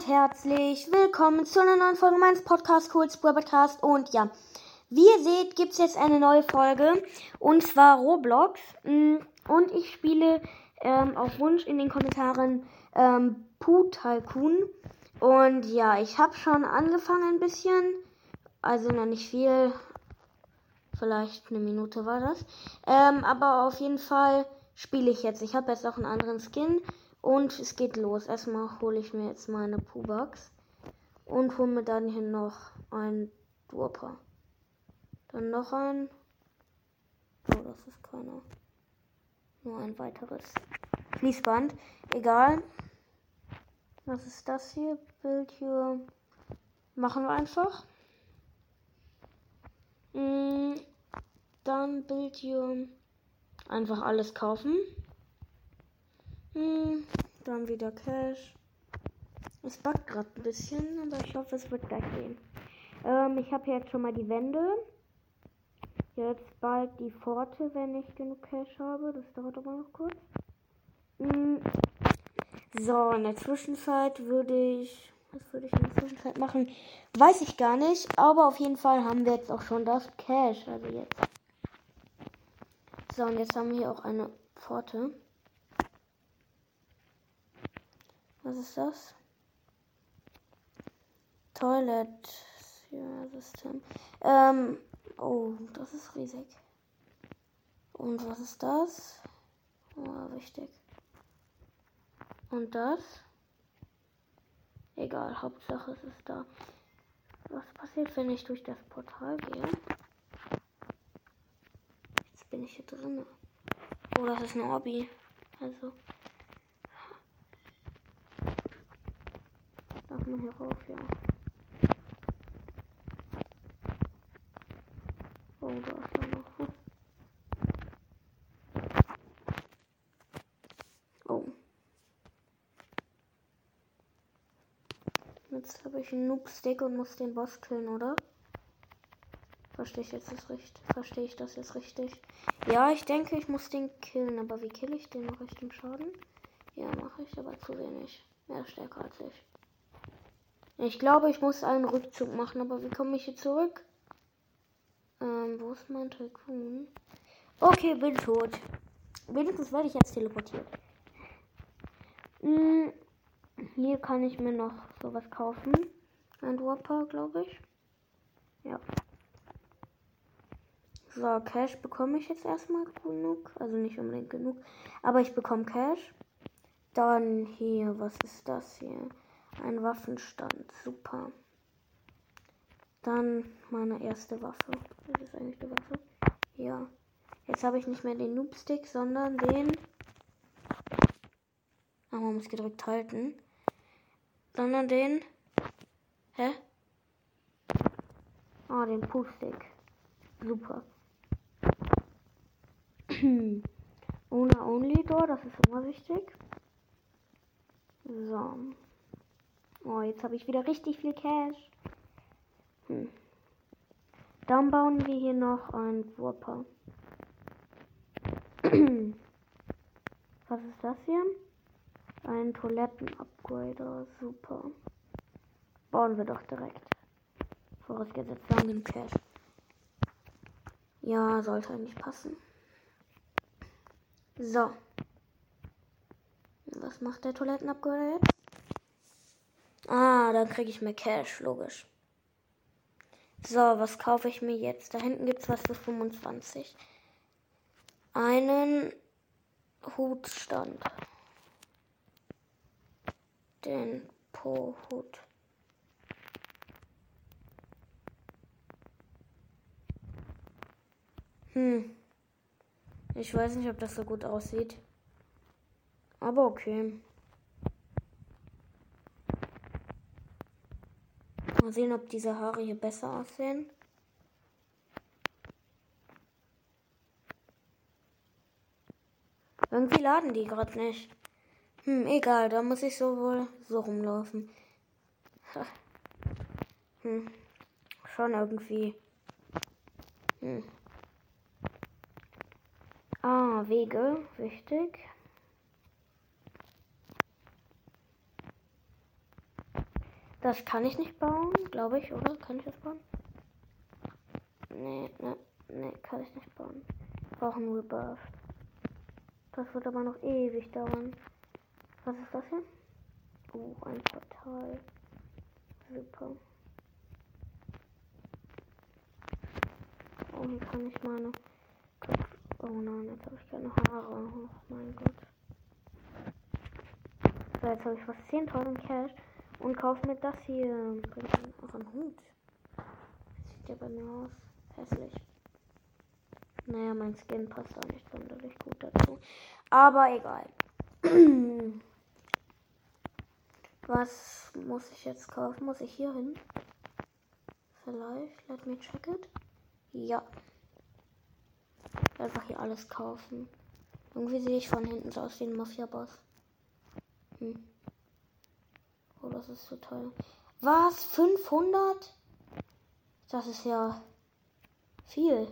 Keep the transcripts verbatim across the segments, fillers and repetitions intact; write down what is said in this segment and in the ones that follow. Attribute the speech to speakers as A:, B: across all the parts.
A: herzlich willkommen zu einer neuen Folge meines Podcasts, Cool's Podcast. Und ja, wie ihr seht, gibt es jetzt eine neue Folge, und zwar Roblox. Und ich spiele ähm, auf Wunsch in den Kommentaren ähm, Poo Tycoon. Und ja, ich habe schon angefangen ein bisschen, also noch nicht viel, vielleicht eine Minute war das. Ähm, aber auf jeden Fall spiele ich jetzt. Ich habe jetzt auch einen anderen Skin. Und es geht los. Erstmal hole ich mir jetzt meine Poo-Box und hole mir dann hier noch ein Dwopper. Dann noch ein. Oh, das ist keiner. Nur ein weiteres Fließband. Egal. Was ist das hier? Bild hier. Machen wir einfach. Mhm. Dann Bild hier. Einfach alles kaufen. Hm, dann wieder Cash. Es buggt gerade ein bisschen, aber ich hoffe, es wird gleich gehen. Ähm, ich habe jetzt schon mal die Wände. Jetzt bald die Pforte, wenn ich genug Cash habe. Das dauert aber noch kurz. Hm. So, in der Zwischenzeit würde ich... Was würde ich in der Zwischenzeit machen? Weiß ich gar nicht. Aber auf jeden Fall haben wir jetzt auch schon das Cash. Also jetzt. So, und jetzt haben wir hier auch eine Pforte. Was ist das? Toilet ja, System. Ähm, oh, das ist riesig. Und was ist das? Oh, wichtig. Und das? Egal, Hauptsache es ist da. Was passiert, wenn ich durch das Portal gehe? Jetzt bin ich hier drin. Oh, das ist eine Obby. Also. Darf man hier rauf, ja. Oh, da ist da noch. Oh. Jetzt habe ich einen Noob-Stick und muss den Boss killen, oder? Verstehe ich jetzt das richtig? Verstehe ich das jetzt richtig? Ja, ich denke, ich muss den killen. Aber wie kill ich den? Mache ich den Schaden? Ja, mache ich, aber zu wenig. Er ist stärker als ich. Ich glaube, ich muss einen Rückzug machen, aber wie komme ich hier zurück? Ähm, wo ist mein Tycoon? Okay, bin tot. Wenigstens werde ich jetzt teleportiert. Hm, hier kann ich mir noch sowas kaufen. Ein Dwopper, glaube ich. Ja. So, Cash bekomme ich jetzt erstmal genug. Also nicht unbedingt genug. Aber ich bekomme Cash. Dann hier, was ist das hier? Ein Waffenstand. Super. Dann meine erste Waffe. Was ist eigentlich die Waffe? Ja. Jetzt habe ich nicht mehr den Noobstick, sondern den... Ah, man muss gedrückt halten. Sondern den... Hä? Ah, den Poo-Stick. Super. Ohne Only Door, das ist immer wichtig. So. Oh, jetzt habe ich wieder richtig viel Cash. Hm. Dann bauen wir hier noch einen Whopper. Was ist das hier? Ein Toiletten-Upgrader. Super. Bauen wir doch direkt. Vorausgesetzt, wir haben genug Cash. Ja, sollte eigentlich passen. So. Was macht der Toiletten-Upgrader jetzt? Ah, dann kriege ich mehr Cash, logisch. So, was kaufe ich mir jetzt? Da hinten gibt es was für fünfundzwanzig. Einen Hutstand. Den Po-Hut. Hm. Ich weiß nicht, ob das so gut aussieht. Aber okay. Mal sehen, ob diese Haare hier besser aussehen. Irgendwie laden die gerade nicht. Hm, egal, da muss ich so wohl so rumlaufen. Hm, schon irgendwie. Hm. Ah, Wege, wichtig. Das kann ich nicht bauen, glaube ich, oder? Kann ich das bauen? Nee, nee, nee, kann ich nicht bauen. Ich brauche einen Rebirth. Das wird aber noch ewig dauern. Was ist das hier? Oh, ein Portal. Super. Oh, hier kann ich meine Kopf. Oh nein, jetzt habe ich keine Haare. Oh mein Gott. So, jetzt habe ich fast zehntausend Cash und kaufe mir das hier. Bringt mir auch einen Hut. Das sieht ja bei mir aus. Hässlich. Naja, mein Skin passt auch nicht sonderlich gut dazu. Aber egal. Was muss ich jetzt kaufen? Muss ich hier hin? Vielleicht. Let me check it. Ja. Einfach hier alles kaufen. Irgendwie sehe ich von hinten so aus wie ein Mafia-Boss. Hm. Oh, das ist so teuer. Was? fünfhundert? Das ist ja viel.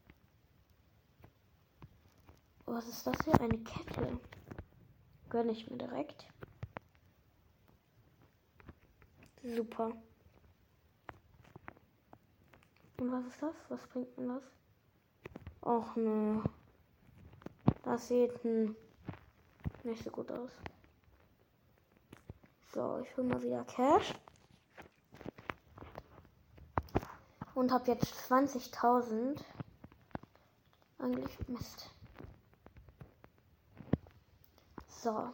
A: Was ist das hier? Eine Kette. Gönne ich mir direkt. Super. Und was ist das? Was bringt denn das? Och ne. Das sieht hm, nicht so gut aus. So, ich hole mal wieder Cash. Und habe jetzt zwanzigtausend. Eigentlich Mist. So.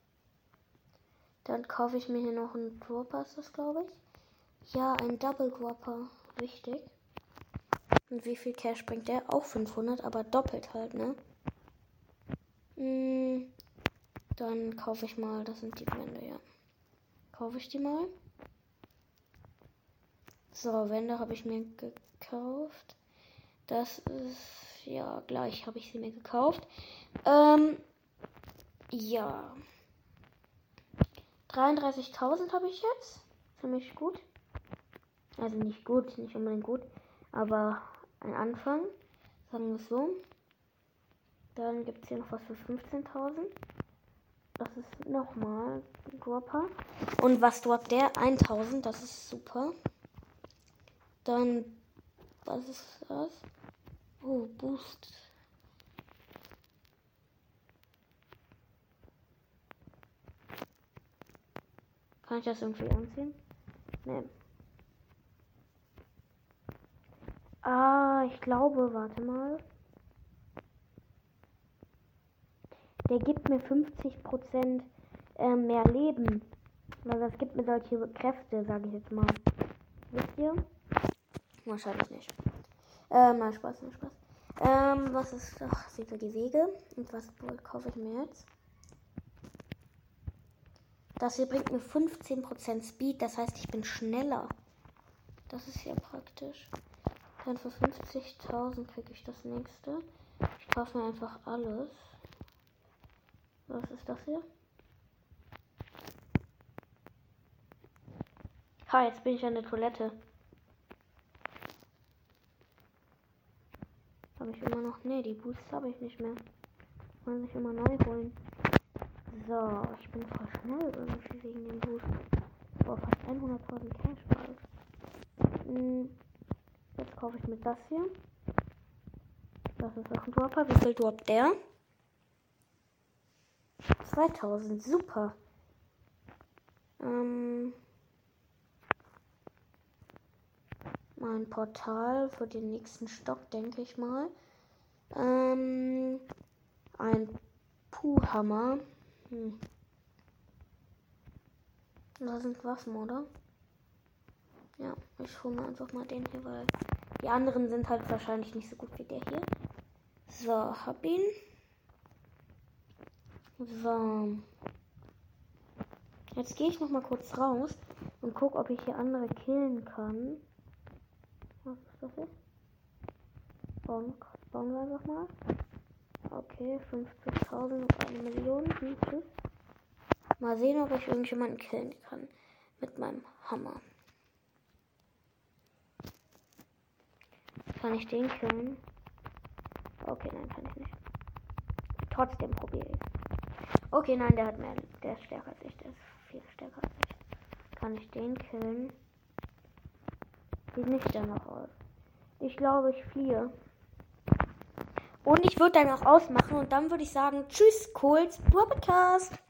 A: Dann kaufe ich mir hier noch einen Dropper, ist das, glaube ich. Ja, ein Double Dropper. Wichtig. Und wie viel Cash bringt der? Auch fünfhundert, aber doppelt halt, ne? Hm, dann kaufe ich mal, das sind die Wände, ja. Kaufe ich die mal. So, Wände habe ich mir gekauft. Das ist, ja, gleich habe ich sie mir gekauft. Ähm, ja. dreiunddreißigtausend habe ich jetzt. Ziemlich gut. Also nicht gut, nicht unbedingt gut. Aber ein Anfang. Sagen wir es so. Dann gibt es hier noch was für fünfzehntausend. Das ist nochmal ein Dropper. Und was droppt der? eintausend. Das ist super. Dann, was ist das? Oh, Boost. Kann ich das irgendwie anziehen? Nee. Ah, ich glaube, warte mal. Der gibt mir fünfzig Prozent äh, mehr Leben. Also das gibt mir solche Kräfte, sage ich jetzt mal. Wisst ihr? Wahrscheinlich nicht. Ähm, nein, Spaß, nein, Spaß. Ähm, was ist... Ach, Segel die Wege. Und was kaufe ich mir jetzt? Das hier bringt mir fünfzehn Prozent Speed. Das heißt, ich bin schneller. Das ist ja praktisch. Dann für fünfzigtausend kriege ich das nächste. Ich kaufe mir einfach alles. Was ist das hier? Ha, jetzt bin ich an der Toilette. Habe ich immer noch... Ne, die Boosts habe ich nicht mehr. Kann sich immer neu holen. So, ich bin voll schnell irgendwie wegen dem Boost. Boah, fast hunderttausend Cash bald. Hm, jetzt kaufe ich mir das hier. Das ist auch ein Dropper. Wie viel droppt der? zweitausend, super. Ähm, mein Portal für den nächsten Stock, denke ich mal. Ähm, ein Puhhammer. Hm. Das sind Waffen, oder? Ja, ich hole mir einfach mal den hier, weil die anderen sind halt wahrscheinlich nicht so gut wie der hier. So, hab ihn. So. Jetzt gehe ich noch mal kurz raus und gucke, ob ich hier andere killen kann. Was ist das hier? Bauen, bauen wir einfach mal. Okay, fünfzigtausend und eine Million. Hm, tschüss. Mal sehen, ob ich irgendjemanden killen kann mit meinem Hammer. Kann ich den killen? Okay, nein, kann ich nicht. Trotzdem probiere ich. Okay, nein, der hat mehr. Der ist stärker als ich. Der ist viel stärker als ich. kann ich den killen? Sieht nicht danach aus. Ich glaube, ich fliehe. Und ich würde dann auch ausmachen und dann würde ich sagen, tschüss, Kohls Podcast.